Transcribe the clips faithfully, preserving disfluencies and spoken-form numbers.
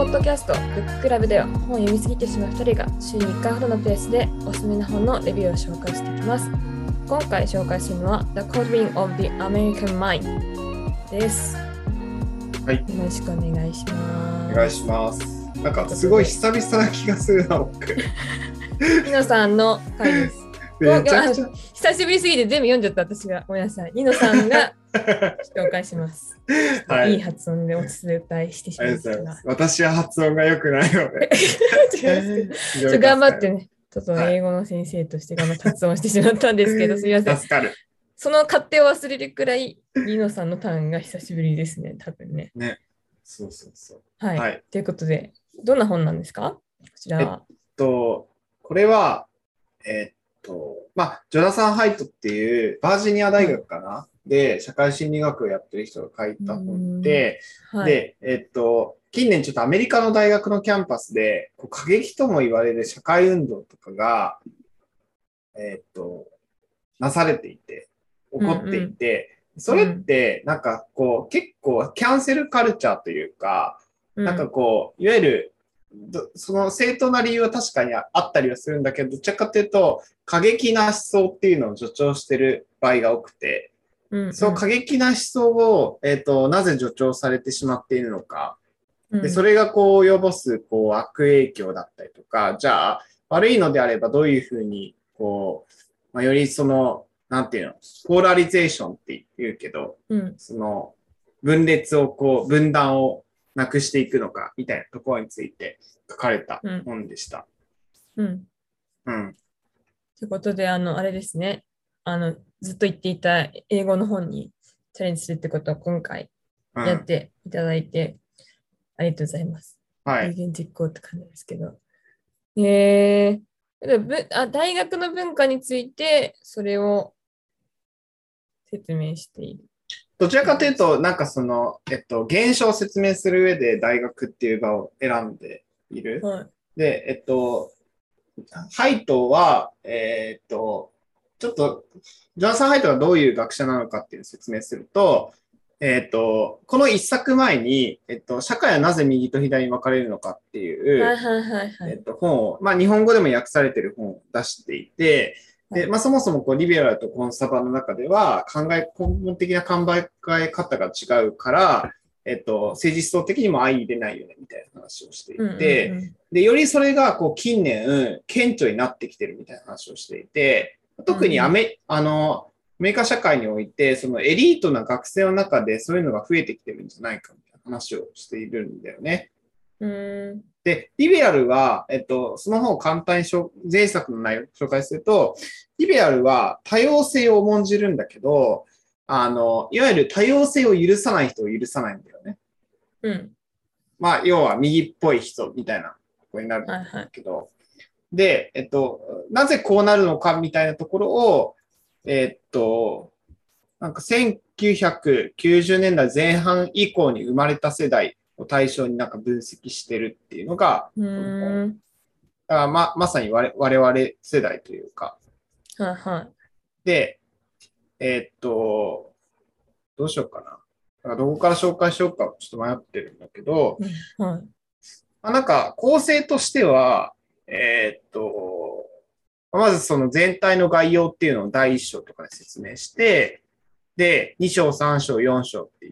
ッドキャストブッククラブでは本を読みすぎてしまうふたりが週にいっかいほどのペースでおすすめの本のレビューを紹介していきます。今回紹介するのは The Coding of the American Mind です。 はい、 よろしくお願いします。 お願いします。なんかすごい久々な気がするな、僕。 ニノさんの回です。 めちゃくちゃ久しぶりすぎて全部読んじゃった、私が。ごめんなさい。ニノさんが紹介します。はい、いい発音でお伝えしてしまいましたが。 私は発音が良くないので。 ちょっと頑張ってね。ちょっと英語の先生として頑張って発音してしまったんですけど、はい、すみません。 助かる。 その勝手を忘れるくらい、ニノさんのターンが久しぶりですね、多分ね。 ね。そうそうそう。 はい。はい、ということで、どんな本なんですか？こちらは。 えっと、これは、えっと、まあ、ジョナサン・ハイトっていうバージニア大学かな、はい、で、社会心理学をやってる人が書いた本で、はい、で、えっと、近年ちょっとアメリカの大学のキャンパスで、こう過激とも言われる社会運動とかが、えっと、なされていて、起こっていて、うんうん、それってなんかこう結構キャンセルカルチャーというか、うん、なんかこういわゆるその正当な理由は確かにあったりはするんだけど、どちらかというと過激な思想っていうのを助長している場合が多くて、うんうん、その過激な思想を、えーと、なぜ助長されてしまっているのか、うん、でそれがこう及ぼすこう悪影響だったりとか、じゃあ悪いのであればどういうふうにこう、まあ、よりそのなんていうの、ポーラリゼーションって言うけど、うん、その分裂をこう、分断をなくしていくのかみたいなところについて書かれた本でした。 うん。うん。ということで、あの、あれですね。あの、ずっと言っていた英語の本にチャレンジするってことを今回やっていただいて、うん、ありがとうございます。 はい。 有言実行って感じですけど。えー、あ、大学の文化について、それを説明している。 どちらかというと、なんかその、えっと、現象を説明する上で大学っていう場を選んでいる。はい、で、えっと、ハイトは、えー、っと、ちょっと、ジョナサン・ハイトがどういう学者なのかっていうのを説明すると、えー、っと、この一作前に、えっと、社会はなぜ右と左に分かれるのかっていう、えっと、本を、まあ、日本語でも訳されている本を出していて、で、まあ、そもそもこうリベラルとコンサバの中では考え、根本的な考え方が違うから、えっと、政治思想的にも相入れないよねみたいな話をしていて、うんうんうん、で、よりそれがこう近年顕著になってきてるみたいな話をしていて、特にアメ、うんうん、あの、アメリカ社会において、そのエリートな学生の中でそういうのが増えてきてるんじゃないかみたいな話をしているんだよね。 うんで、リベラルは、えっと、その本を簡単に前作の内容を紹介すると、リベラルは多様性を重んじるんだけど、あの、いわゆる多様性を許さない人を許さないんだよね。 うん。 まあ、要は右っぽい人みたいなことになるんだけど、はいはい、で、えっと、なぜこうなるのかみたいなところを、えっと、なんかせんきゅうひゃくきゅうじゅうねんだいぜん半以降に生まれた世代を対象になんか分析してるっていうのが、 うーんだからま、まさに我々、我々世代というか。 はいはい。 で、えー、っと、どうしようかな。だからどこから紹介しようかちょっと迷ってるんだけど、 うんはい、 まあ、なんか構成としては、えー、っと、まずその全体の概要っていうのをだいいっ章とかで説明して、で、に章、さん章、よん章って言って、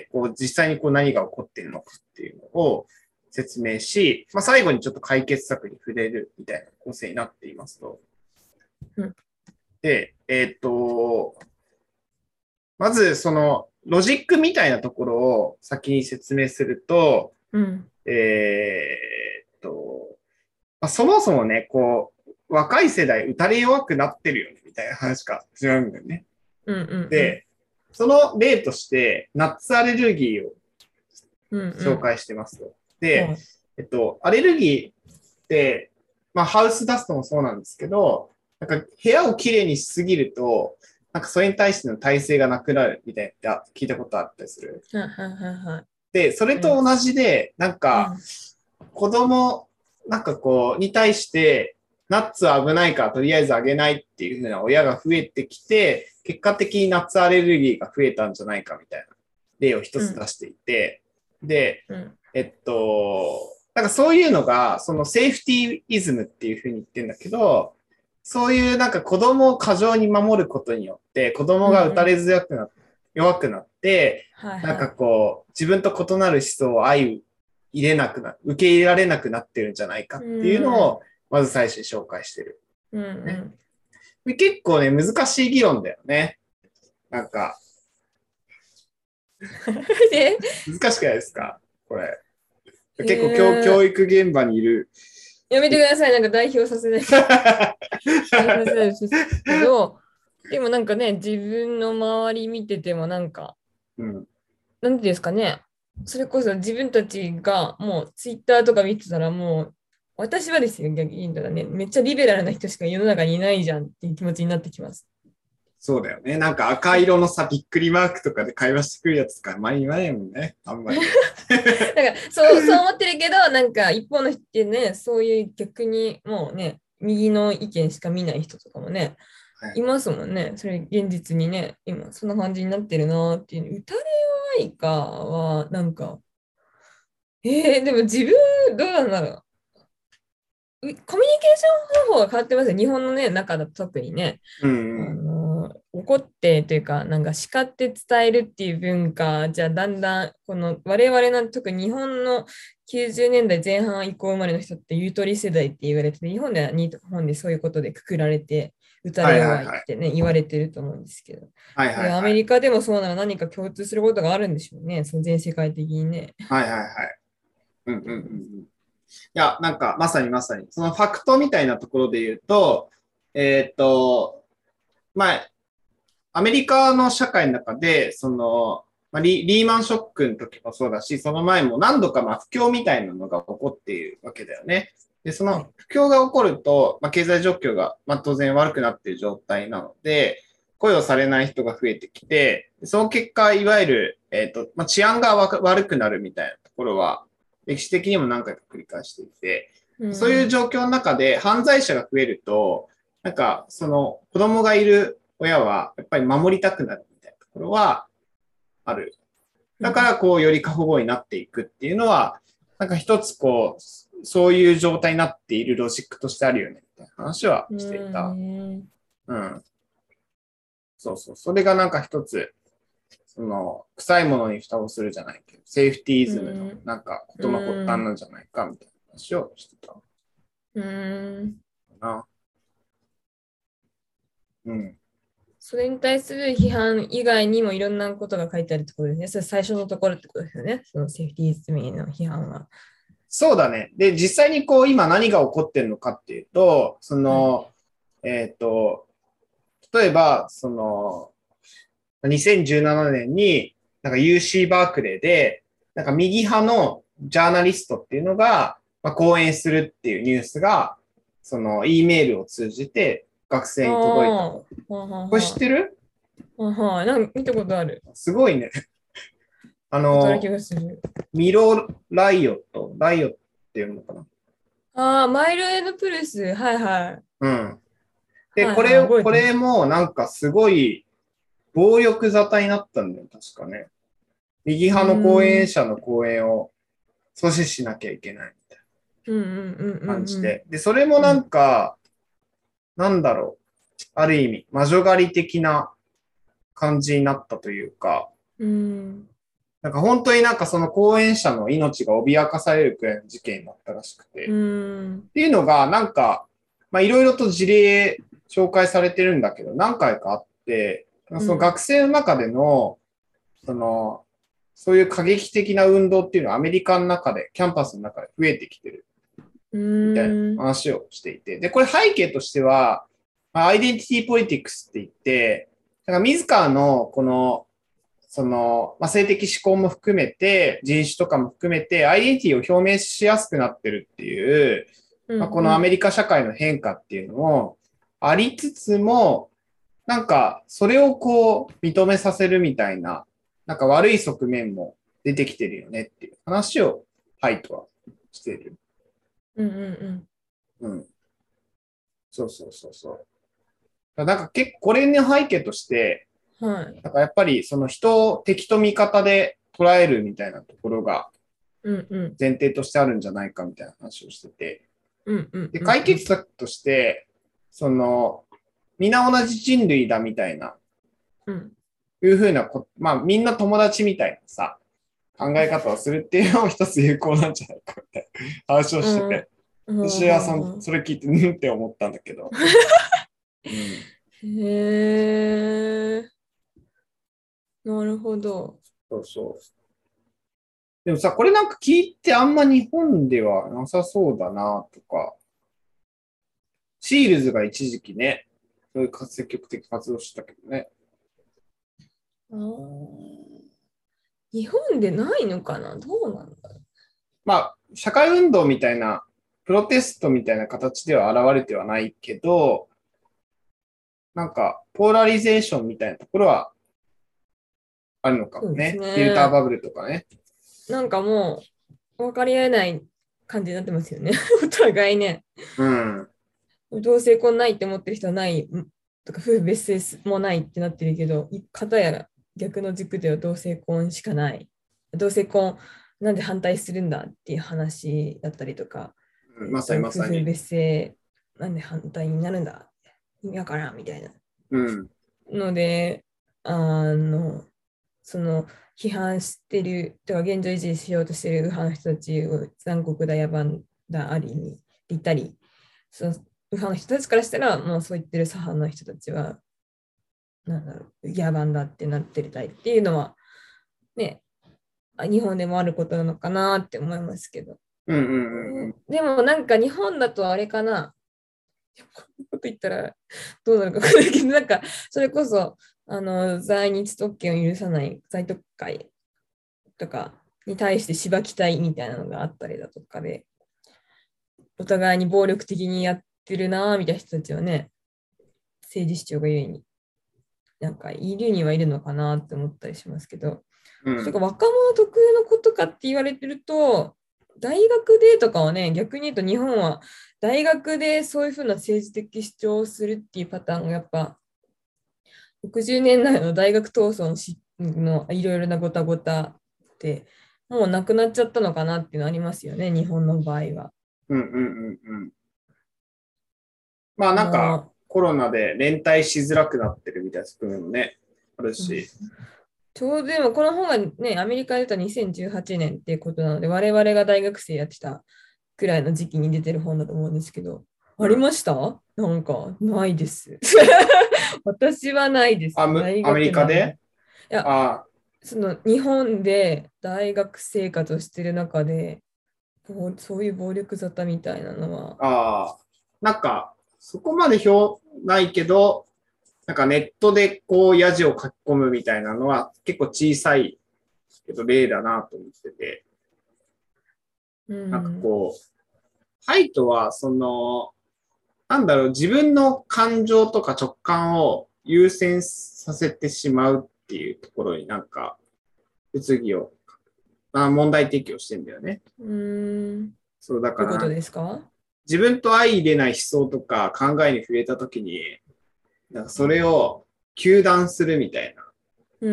こう実際にこう何が起こっているのかっていうのを説明し、まあ、最後にちょっと解決策に触れるみたいな構成になっていますと。 うん、 で、えー、っと、まずそのロジックみたいなところを先に説明すると、 うん、 えー、っと、まあ、そもそもね、こう、若い世代打たれ弱くなってるよねみたいな話が始まるんだよね。 うんうんうん、 で、その例として、ナッツアレルギーを紹介してますと。うんうん、で、えっと、アレルギーって、まあ、ハウスダストもそうなんですけど、なんか部屋をきれいにしすぎると、なんかそれに対しての耐性がなくなるみたいな聞いたことあったりする。 はいはいはい、 で、それと同じで、なんか、子供、なんかこう、に対して、ナッツは危ないからとりあえずあげないっていう風な親が増えてきて、結果的にナッツアレルギーが増えたんじゃないかみたいな例を一つ出していて、うん、で、 えっと、なんかそういうのが、そのセーフティーイズムっていうふうに言ってるんだけど、そういうなんか子供を過剰に守ることによって、子供が打たれ強くな、うんうん、弱くなって、はいはい、なんかこう、自分と異なる思想を相入れなくな、受け入れられなくなってるんじゃないかっていうのを、まず最初に紹介してる。 うんうんね、で結構ね、難しい議論だよね。なんか。難しくないですかこれ。結構教、教育現場にいる。 やめてください。なんか代表させない。代表させないですけど、でもなんかね、自分の周り見ててもなんか、 うん、 なんていうんですかね、それこそ自分たちがもうツイッターとか見てたらもう、私はですよ、逆に言ったらね、めっちゃリベラルな人しか世の中にいないじゃんっていう気持ちになってきます。 そうだよね。なんか赤色のさ、びっくりマークとかで会話してくるやつとか、前言わないもんね。あんまり。なんかそう、そう思ってるけど、なんか一方の人ってね、そういう逆にもうね、右の意見しか見ない人とかもね、はい、いますもんね。それ現実にね、今そんな感じになってるなっていう。打たれ弱いかは、なんか、えー、でも自分、どうなんだろう。コミュニケーション方法が変わってますよ。日本のね、中だと特にね。 うんうん、 あの怒ってというか、なんか叱って伝えるっていう文化、じゃあだんだん、この我々の特に日本のきゅうじゅうねんだいぜん半以降生まれの人ってゆとり世代って言われてて、日本では日本でそういうことでくくられて、打たれ弱いってね、言われてると思うんですけど。 はいはいはい、 アメリカでもそうなら何か共通することがあるんでしょうね、その全世界的にね。 はいはいはい。うんうんうんうん。いや、なんかまさにまさに、そのファクトみたいなところで言うと、えー、っと、まあ、アメリカの社会の中で、その、まあ、リ, リーマンショックの時もそうだし、その前も何度かまあ不況みたいなのが起こっているわけだよね。で、その不況が起こると、まあ、経済状況がまあ当然悪くなっている状態なので、雇用されない人が増えてきて、その結果、いわゆる、えっと、まあ、治安が悪くなるみたいなところは、歴史的にも何回か繰り返していて、そういう状況の中で犯罪者が増えると、なんか、その子供がいる親はやっぱり守りたくなるみたいなところはある。だからこうより過保護になっていくっていうのは、なんか一つこう、そういう状態になっているロジックとしてあるよねみたいな話はしていた。うん。そうそう。それがなんか一つ、その、臭いものに蓋をするじゃないけど、セーフティーイズムのなんかことの発端なんじゃないかみたいな話をしてた。 うん。 な。うん。 それに対する批判以外にもいろんなことが書いてあるってことですね。それ最初のところってことですよね。そのセーフティーイズムへの批判は。 そうだね。で、実際にこう今何が起こってるのかっていうと、その、うん、えっと、例えば、その、にせんじゅうななねんに、なんか ユーシー バークレーで、なんか右派のジャーナリストっていうのが、まあ、講演するっていうニュースが、その E メールを通じて学生に届いたと。これ知ってる？ はい、なんか見たことある。 すごいね。あの、ミロライオット、ライオっていうのかな。 ああ、マイルエドプルス、はいはい。 うん。で、これ、これもなんかすごい暴力沙汰になったんだよ、確かね。右派の講演者の講演を阻止しなきゃいけないみたいな感じで。で、それもなんか、うん、なんだろう。ある意味、魔女狩り的な感じになったというか、 うん、 なんか本当になんかその講演者の命が脅かされるくらいの事件になったらしくて。 うん、 っていうのが、なんか、まあいろいろと事例紹介されてるんだけど、何回かあって、その学生の中での、その、そういう過激的な運動っていうのはアメリカの中で、キャンパスの中で増えてきてる。みたいな話をしていて。で、これ背景としては、アイデンティティポリティクスって言って、だから自らのこの、その、まあ、性的指向も含めて、人種とかも含めて、アイデンティティを表明しやすくなってるっていう、まあ、このアメリカ社会の変化っていうのもありつつも、なんか、それをこう、認めさせるみたいな、なんか悪い側面も出てきてるよねっていう話を、ハイトはしている。 うんうんうん。うん。 そうそうそうそう。なんか結構これの背景として、はい、なんかやっぱりその人を敵と味方で捉えるみたいなところがうんうん。 前提としてあるんじゃないかみたいな話をしてて、 うんうん。 で、解決策として、その、皆同じ人類だみたいな、 うん。 いうふうなこ、まあみんな友達みたいなさ、考え方をするっていうのも一つ有効なんじゃないかみたいな話をしてて、 うん。 私はそそれ聞いて、うんって思ったんだけど。うん、 へえ、なるほど。 そうそう。でもさ、これなんか聞いてあんま日本ではなさそうだなとか、シールズが一時期ね、そういう積極的活動してたけどね。 あー、日本でないのかな、どうなんだろまあ、社会運動みたいな、プロテストみたいな形では現れてはないけど、なんか、ポーラリゼーションみたいなところはあるのかう。そうですもね。フィルターね。 バブルとかね。 なんかもう、分かり合えない感じになってますよね。お互いね。 うん。 同性婚ないって思ってる人はない、とか、夫婦別姓もないってなってるけど、片や逆の軸では同性婚しかない。同性婚なんで反対するんだっていう話だったりとか、 うん、まさにえっと、夫婦まさに。 別姓なんで反対になるんだ、意味わからんみたいなうん。 ので、あの、その批判してる、とか現状維持しようとしてる右派の人たちを残酷だ、野蛮だ、ありに言ったり、その右派の人たちからしたら、もうそう言ってる左派の人たちは、なんだろう、野蛮だってなってるたいっていうのは、ね、日本でもあることなのかなって思いますけど。 うんうんうんうん。 でもなんか日本だとあれかな、こういうこと言ったらどうなるか分からないけど、なんかそれこそあの在日特権を許さない在特会とかに対してしばきたいみたいなのがあったりだとかで、お互いに暴力的にやってるなみたいな人たちはね、政治主張がゆえになんかいるにはいるのかなって思ったりしますけど、それかうん。 若者特有のことかって言われてると、大学でとかはね、逆に言うと日本は大学でそういうふうな政治的主張をするっていうパターンがやっぱろくじゅうねんだいの大学闘争のしのいろいろなごたごたってもうなくなっちゃったのかなっていうのありますよね、日本の場合は。 うんうんうんうん。まあなんかもコロナで連帯しづらくなってるみたいな側面もね、あるう、うん、 し。 ちょうどでもこの本がね、アメリカで出たにせんじゅうはちねんっていうことなので、我々が大学生やってたくらいの時期に出てる本だと思うんですけど、ありうん。 ましたなんか、ないです。私はないです。 あ、む、 大アメリ学なんで。いカでや、 あ、 その日本で大学生活をしてる中で、こうそういう暴力沙汰みたいなのは、 ああ、なんか、そこまで表ないけど、なんかネットでこう、ヤジを書き込むみたいなのは結構小さいけど例だなと思ってて、 うなんかん、 こう、ハイトは、その、なんだろう、自分の感情とか直感を優先させてしまうっていうところになんか、物議を、あ問題提起をしてんだよね。 うん、 そう、だどういうことから、 ですか？ 自分と相入れない思想とか考えに触れたときに、なんかそれを糾弾するみたいな。 うん、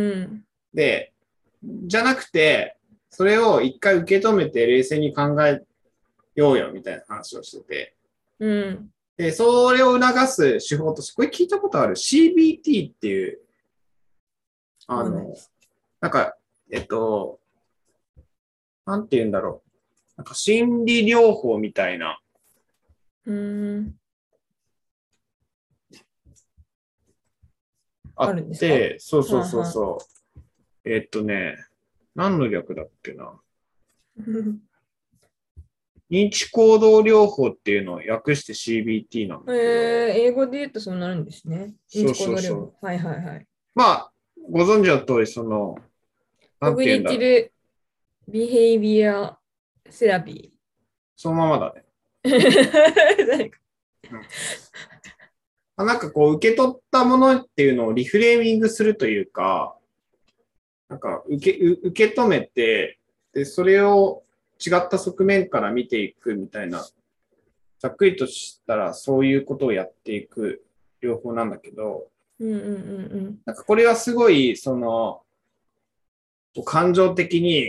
で、じゃなくて、それを一回受け止めて冷静に考えようよみたいな話をしてて。 うん、 で、それを促す手法として、これ聞いたことある シービーティー っていう、あの、 わかんないです。 なんか、えっと、なんて言うんだろう。なんか心理療法みたいな、 うん、ああっるんですか？ て、そうそうはいはそうそう。えっとね、何の略だっけな。 い。 認知行動療法っていうのを訳して シービーティー なんえー、 だけど、 英語で言うとそうなるんですね。認そう知行そうそう。 動療法。はいはいはい。 まあ、ご存知の通り、その、なんコグニて言うんだろう。 ティブビヘイビアセラピそのままだね。 ー。 うん。なんかこう、受け取ったものっていうのをリフレーミングするというか、なんか受け、受け止めて、で、それを違った側面から見ていくみたいな、ざっくりとしたらそういうことをやっていく療法なんだけど、 うんうんうんなんかこれはすごい、その、感情的に、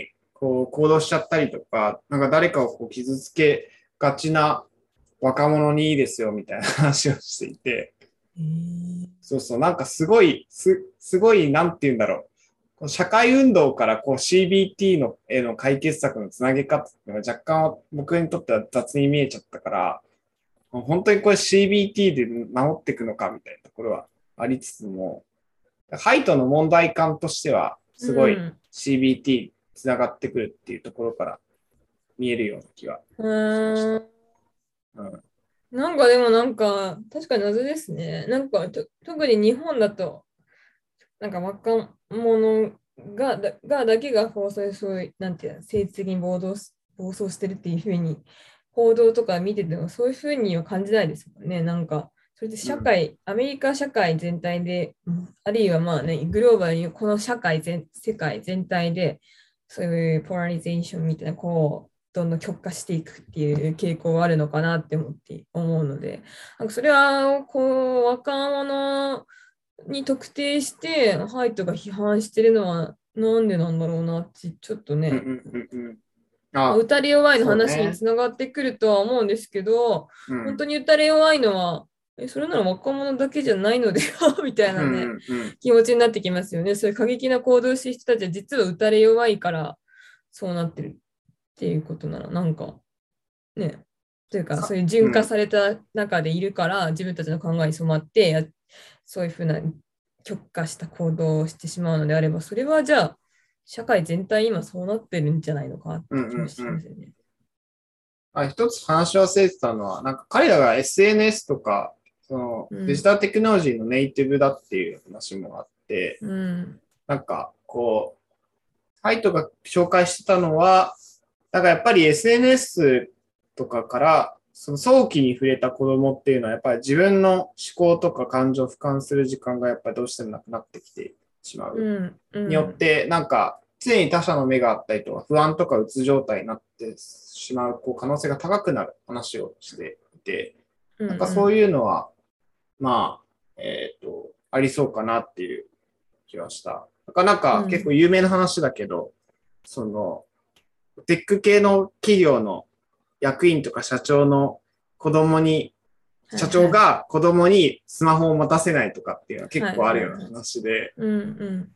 こう行動しちゃったりとか、なんか誰かをこう傷つけがちな若者にいいですよみたいな話をしていて、そうそう、なんかすごい、す、すごい、なんて言うんだろう。社会運動からこう シービーティー のへの解決策のつなげ方っていうのが若干僕にとっては雑に見えちゃったから、本当にこれ シービーティー で治っていくのかみたいなところはありつつも、ハイトの問題感としてはすごい シービーティー つながってくるっていうところから見えるような気はしました。 うん、なんかでもなんか確かに謎ですね。なんかと特に日本だとなんか若者がだがだけが放送そういうなんていうの政治的に暴動暴走してるっていうふうに報道とか見ててもそういうふうには感じないですもんね。なんかそれで社会、うん、アメリカ社会全体で、あるいはまあね、グローバルにこの社会全、世界全体で、そういうポラリゼーションみたいな、こう、どんどん極化していくっていう傾向があるのかなって思って思うので、なんかそれは、こう、若者に特定して、ハイトが批判してるのは、なんでなんだろうなって、ちょっとね、 うんうんうんうん打たれ弱いの話につながってくるとは思うんですけど、ね、本当に打たれ弱いのは、えそれなら若者だけじゃないのではみたいなね、うんうん、気持ちになってきますよね。そういう過激な行動してる人たちは実は打たれ弱いからそうなってるっていうことなら、なんかね、というかそういう純化された中でいるから、うん、自分たちの考えに染まってや、そういうふうな極化した行動をしてしまうのであれば、それはじゃあ、社会全体今そうなってるんじゃないのかって気もしてきますよね。うんうんうんあ一つ話忘れてたのは、なんか彼らが エスエヌエス とか、そのデジタルテクノロジーのネイティブだっていう話もあって、 うん、 なんかこう、ハイトが紹介してたのは、なんかやっぱり エスエヌエス とかから、その早期に触れた子供っていうのは、やっぱり自分の思考とか感情を俯瞰する時間がやっぱりどうしてもなくなってきてしまう。 うんうん、 によって、なんか、常に他者の目があったりとか、不安とかうつ状態になってしまうこう可能性が高くなる話をしていて、なんかそういうのは、まあ、えっと、ありそうかなっていう気はした。なかなか結構有名な話だけど、その、テック系の企業の役員とか社長の子供に、社長が子供にスマホを持たせないとかっていうのは結構あるような話で。うん。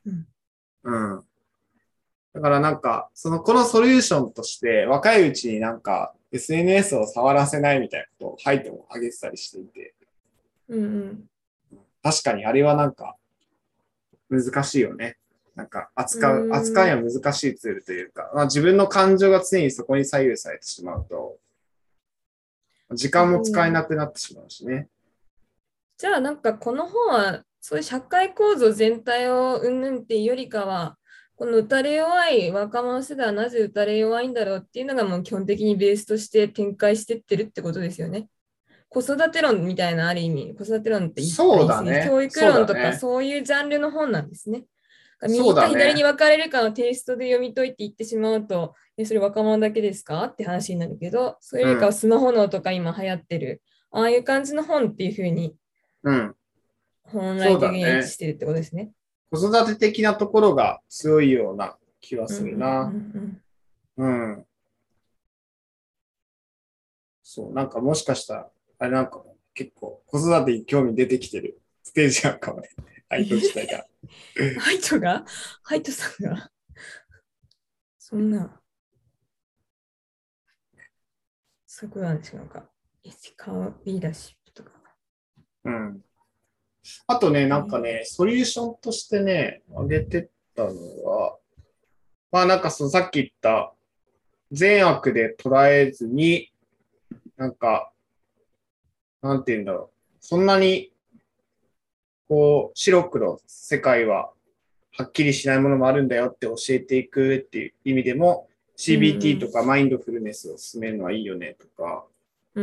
だからなんか、その、このソリューションとして、若いうちになんか エスエヌエス を触らせないみたいなことをハイトも挙げてたりしていて。 うんうん、 確かにあれはなんか、難しいよね。なんか、扱う、扱いは難しいツールというか、まあ、自分の感情が常にそこに左右されてしまうと、時間も使えなくなってしまうしね。 じゃあなんかこの本は、そういう社会構造全体をうんぬんっていうよりかは、この打たれ弱い若者世代はなぜ打たれ弱いんだろうっていうのがもう基本的にベースとして展開してってるってことですよね。子育て論みたいなある意味、子育て論って言ったりする、教育論とかそういうジャンルの本なんですね。右か左に分かれるかのテイストで読み解いて言ってしまうと、えそれ若者だけですかって話になるけど、それよりかはスマホ脳とか今流行ってる、うん、ああいう感じの本っていうふうに、 うん、 本来的には一致してるってことですね。ね子育て的なところが強いような気はするな。うん。そう、なんかもしかしたら、あれなんか結構子育てに興味出てきてるステージなんかもね、ハイト自体が。 ハイトがハイトさんがそんな。そういうことなんですよ。なんか、エシカルリーダーシップとか。 うん。あとね、なんかね、ソリューションとしてね、挙げてたのは、まあなんかそのさっき言った善悪で捉えずに、なんか、なんて言うんだろう。そんなに、こう、白黒世界ははっきりしないものもあるんだよって教えていくっていう意味でも、シービーティー とかマインドフルネスを進めるのはいいよねとか、 うん、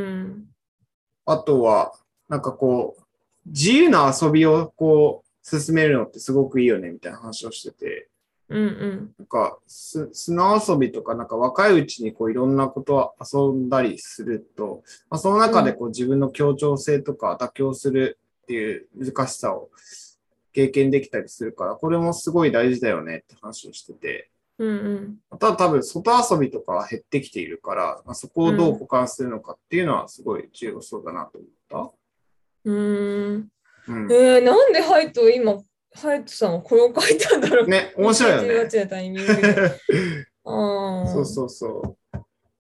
あとは、なんかこう、自由な遊びをこう、進めるのってすごくいいよねみたいな話をしてて、 うんうん、 なんか砂遊びとか、なんか若いうちにこういろんなことを遊んだりすると、まあ、その中でこう自分の協調性とか妥協するっていう難しさを経験できたりするから、これもすごい大事だよねって話をしてて、 うんうん。 ただ多分外遊びとかは減ってきているから、まあ、そこをどう補完するのかっていうのはすごい重要そうだなと思った。 うーん。 うん。 えー、なんでハイト今、ハイトさんはこれを書いたんだろう。 ね、面白いよにせんじゅうはちね。 のタイミングで。ああ、 そうそうそう。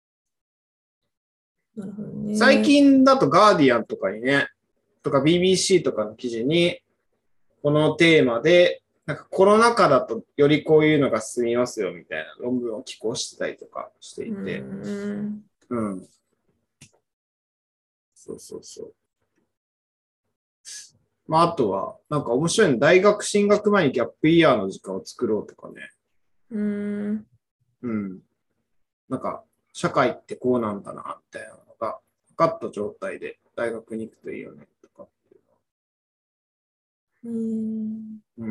なるほど最ね。 近だとガーディアンとかにね、とか ビービーシー とかの記事に、このテーマで、なんかコロナ禍だとよりこういうのが進みますよみたいな論文を寄稿してたりとかしてういて、 ーん。 うん。そうそうそう。まあ、あとは、なんか面白いの、大学進学前にギャップイヤーの時間を作ろうとかね。 うーん。 うん。なんか、社会ってこうなんだな、みたいなのが分かった状態で大学に行くといいよね、とかっていううーん。 の。うん。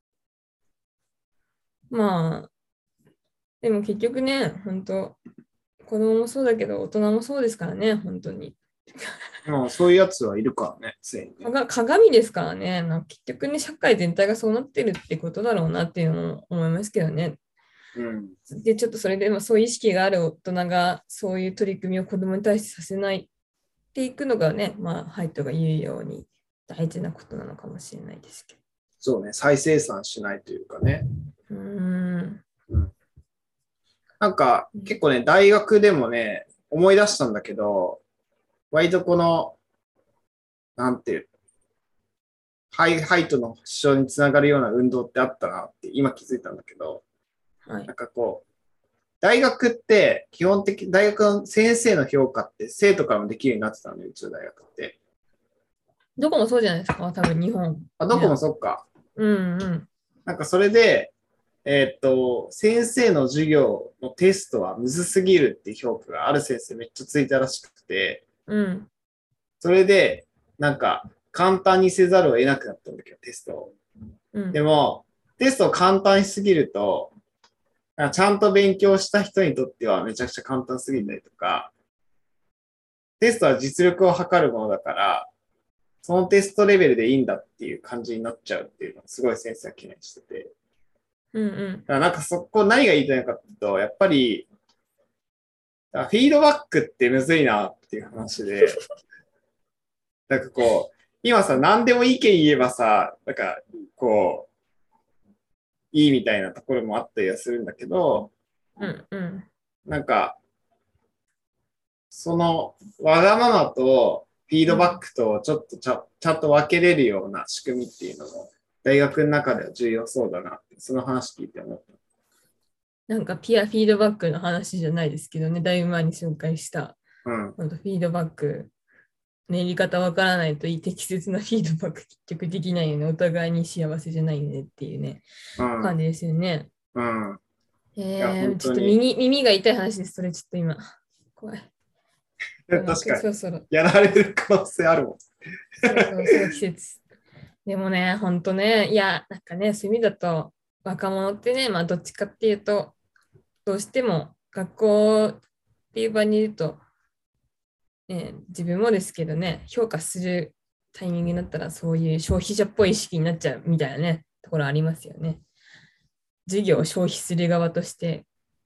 まあ、でも結局ね、本当子供もそうだけど、大人もそうですからね、本当に。 まあ、そういうやつはいるからね、常にね。 かが鏡ですからね、まあ、結局ね、社会全体がそうなってるってことだろうなっていうのも思いますけどね。 うん。 で、ちょっとそれで、まあ、そういう意識がある大人が、そういう取り組みを子供に対してさせないっていくのがね、まあ、ハイトが言うように大事なことなのかもしれないですけど。 そうね、再生産しないというかね。 うーん。 うん。なんか、結構ね、大学でもね、思い出したんだけど、割とこの、なんていう、ハイ、ハイトの主張につながるような運動ってあったなって今気づいたんだけど、 はい。 なんかこう、大学って基本的、大学の先生の評価って生徒からもできるようになってたのよ、うちの大学って。 どこもそうじゃないですか、多分日本。 あ、どこもね。 そっか。 うんうん。 なんかそれで、えーっと、先生の授業のテストはむずすぎるっていう評価がある先生めっちゃついたらしくて、 うん。 それで、なんか、簡単にせざるを得なくなったんだけど、テストを。 うん。 でも、テストを簡単しすぎると、ちゃんと勉強した人にとってはめちゃくちゃ簡単すぎたりとか、テストは実力を測るものだから、そのテストレベルでいいんだっていう感じになっちゃうっていうのをすごい先生は懸念してて。 うんうんだからなんかそこ何が言いたいのかっていうと、やっぱり、フィードバックってむずいなっていう話で、なんかこう、今さ、何でも意見言えばさ、なんか、こう、いいみたいなところもあったりはするんだけど、 うんうん。 なんか、その、わがままとフィードバックとちょっとちゃちゃんと分けれるような仕組みっていうのも、大学の中では重要そうだなって、その話聞いて思っなんかピアフィードバックの話じゃないですけどね、だいぶ前に紹介した、 た。うん。 本当フィードバック、ね、やり方わからないといい適切なフィードバック結局できないよね、お互いに幸せじゃないよねっていうね、 うん。 感じですよね。 うん。いや、 えー、ちょっと本当に。 耳、耳が痛い話です、それちょっと今。怖い。でも、 確かに。 そろそろ、 やられる可能性あるもん。 そろそろその季節。でもね、ほんとね、いや、なんかね、そういう意味だと、若者ってね、まあ、どっちかっていうと、どうしても学校っていう場にいると、ね、自分もですけどね、評価するタイミングになったら、そういう消費者っぽい意識になっちゃうみたいなね、ところありますよね。授業を消費する側として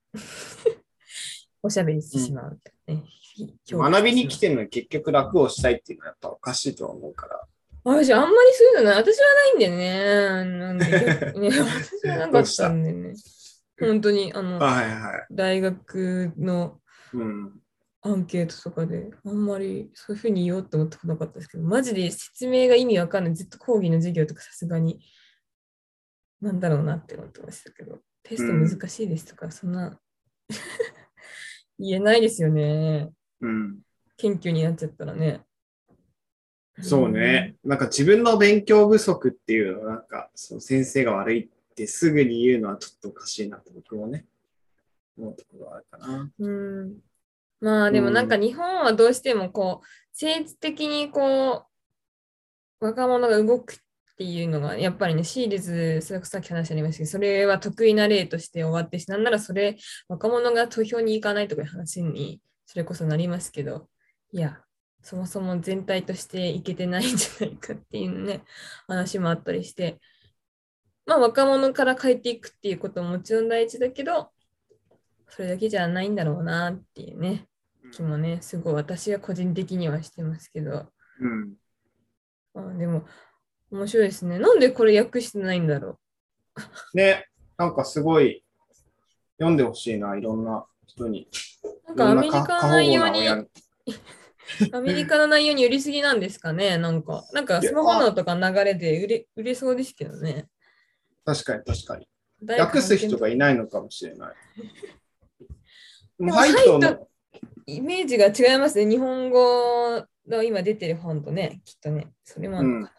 おしゃべりしてしうん。 まうみたいなね、評価し学びてしまう。 に来てるのに結局楽をしたいっていうのはやっぱおかしいとは思うから。 私、あんまりそういうのない。私はないんだよね。なんで逆にね、私はなかったどうした？ んでね。本当に、あの、 はいはい。 大学のうん。 アンケートとかで、あんまりそういうふうに言おうと思ったことなかったですけど、マジで説明が意味わかんない。ずっと講義の授業とかさすがに、なんだろうなって思ってましたけど、テスト難うん。 しいですとか、そんな言えないですよね。 うん。 謙虚になっちゃったらね。うそうね。 ん。 なんか自分の勉強不足っていうのはなんか、その先生が悪いってすぐに言うのはちょっとおかしいなと僕もね、思うところはあるかな。 うんまあうでもなんかん。 日本はどうしてもこう、政治的にこう、若者が動くっていうのが、やっぱりね、シーリーズ、それこそさっき話ありましたけど、それは得意な例として終わってし、なんならそれ、若者が投票に行かないとかいう話に、それこそなりますけど、いや、そもそも全体としていけてないんじゃないかっていうね、話もあったりして、 まあ若者から変えていくっていうことももちろん大事だけど、それだけじゃないんだろうなっていうね、気もね、すごい私は個人的にはしてますけど。 うん。 あでも、面白いですね。なんでこれ訳してないんだろね、なんかすごい読んでほしいな、いろんな人に。 う。なんいろんなかアメリ過過保カの内容に、 護な親に。 アメリカの内容に寄りすぎなんですかね。なんか、なんかいや、 スマホのあ、 とか流れで売れ売れそうですけどね。 確かに確かに。 誰か訳す版権とか。 人がいないのかもしれない。でも、 でも、 ハハイとイトの、 イメージが違いますね。日本語の今出てる本とね、きっとね。それもあうん、 るのかな。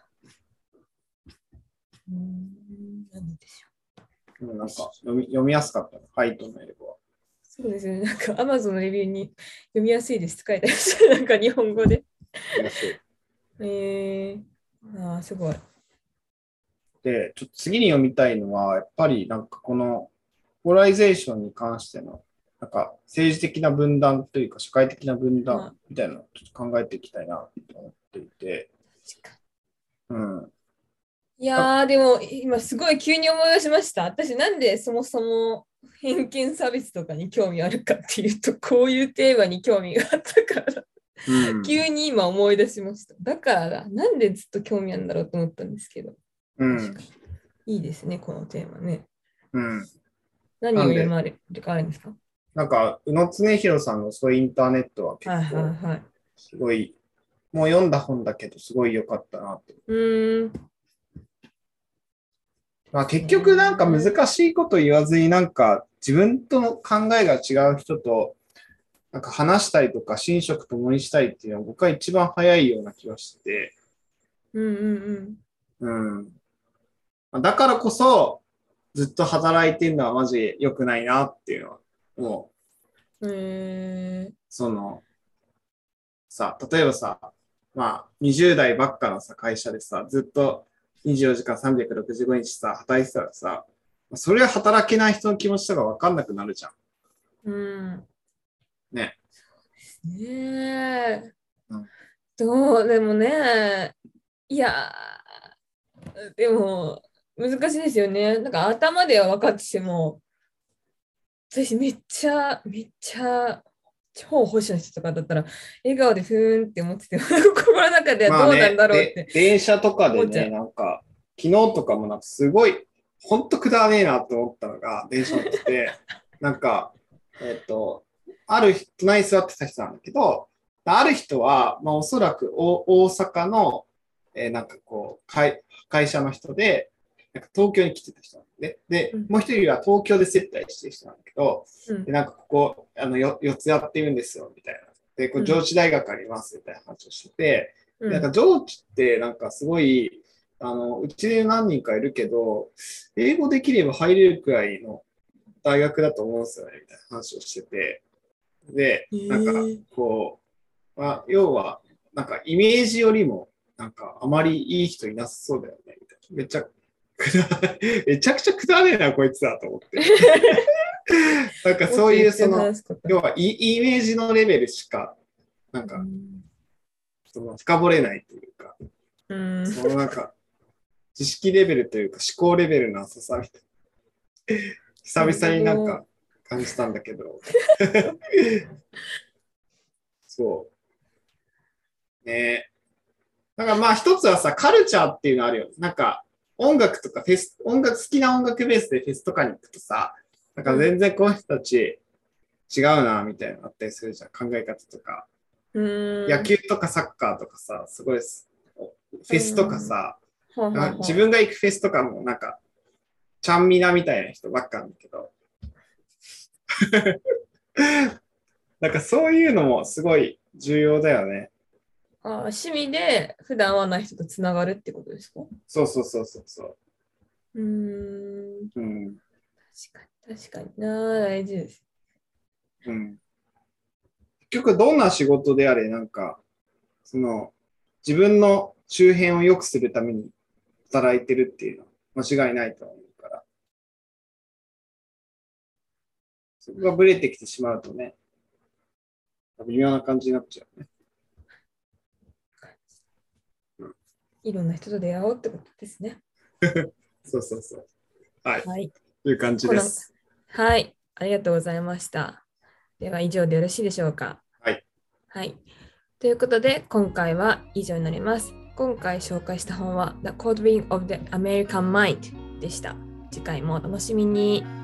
うーん、なんでしょうんなんか読み読みやすかったな、ハイトの英語は。 う。そうですね。なんか Amazon のレビューに読みやすいですって書いてありました。なんか日本語で。 読みやすい。 えー、ああ、すごい。 で、ちょっと次に読みたいのは、やっぱりなんかこのポーライゼーションに関しての、なんか政治的な分断というか社会的な分断まあ、 みたいなのをちょっと考えていきたいなと思っていて、うん。 いやー、でも今すごい急に思い出しました。私なんでそもそも偏見差別とかに興味あるかっていうと、こういうテーマに興味があったからうん。 急に今思い出しました。だからだ、なんでずっと興味あるんだろうと思ったんですけど、 うん。 確かに。いいですね、このテーマね。 うん。 何をなんで、 読まれるかあるんですか？ なんか、宇野恒弘さんのそういうインターネットは結はいはい構、 はい。 すごい、もう読んだ本だけど、すごい良かったなと。 うーん。 まあ、結局なんか難ねしいこと言わずになんか自分との考えが違う人となんか話したりとか寝食共にしたいっていうのは僕は一番早いような気がしてて、 うんうんうん。だからこそずっと働いてるのはマジ良くないなっていうのは、もうん。えう、そのさ、例えばさ、まあにじゅう代ばっかのさ、会社でさ、ずっとにじゅうよじかんさんびゃくろくじゅうごにちさ、働いてたらさ、それは働けない人の気持ちとかわかんなくなるじゃん。 ー、うん。 ね。 ねえ。 うん。 どうでもね、いやー、でも難しいですよね。なんか頭では分かってても、私めっちゃ、めっちゃ、超保守な人とかだったら、笑顔でふーんって思ってても、心の中ではどうなんまあね、で、 だろうって電車とかでね、 思っちゃう。 なんか、昨日とかもなんかすごい、ほんとくだらねえなと思ったのが、電車乗ってて、なんか、えっと、ある人、隣に座ってた人なんだけど、ある人は、まあおそらく大大阪の、えーなんかこう会、会社の人で、なんか東京に来てた人なんで、で、 うん、 もう一人は東京で接待してる人なんだけど、 うん、 でなんかここ、あの、よ四つやってるんですよ、みたいな。で、こうん、 う上智大学あります、みたいな話をしてて、 うん、 なんか上智ってなんかすごい、あの、うちで何人かいるけど、英語できれば入れるくらいの大学だと思うんですよね、みたいな話をしてて。で、 えなんか、 ー、 こう、まあ、要は、なんかイメージよりも、なんかあまりいい人いなさそうだよね、みたいな。めっちゃ、めちゃくちゃくだらねえな、こいつだと思って。なんかそういう、 もっと言ってその、 話すこと。 要はイイメージのレベルしか、なんうか、 ん、 その深掘れないというか、 うん、 そのなんか、知識レベルというか思考レベルの浅さみたいな。久なるほ 々になんかど。 感じたんだけど。そう。ね。だからまあ一つはさ、カルチャーっていうのあるよ。なんか音楽とかフェス、音楽、好きな音楽ベースでフェスとかに行くとさ、なんかうん、 全然この人たち違うな、みたいなのあったりするじゃん。考え方とか。 う野ん、 球とかサッカーとかさ、すごいです。フうェスとかん、 さ、 はあはあ自はあ。 分が行くフェスとかもなんか、ちゃんみなみたいな人ばっかなんだけど、なんかそういうのもすごい重要だよね。 あ、趣味で普段会わない人とつながるってことですか？ そうそうそうそうそうーん、 う。うん。 確かに、確かにな、大事です。 うん。結局どんな仕事であれ、なんか、その、自分の周辺を良くするために働いてるっていうのは間違いないと思うから、そこがブレてきてしまうとね、微妙な感じになっちゃうね。うん、 いろんな人と出会おうってことですね。 そうそうそう。 はい。 はい。 という感じです。 はい。ありがとうございました。では以上でよろしいでしょうか。 はい。 はい。ということで、今回は以上になります。今回紹介した本は The Coding of the American Mind でした。次回もお楽しみに。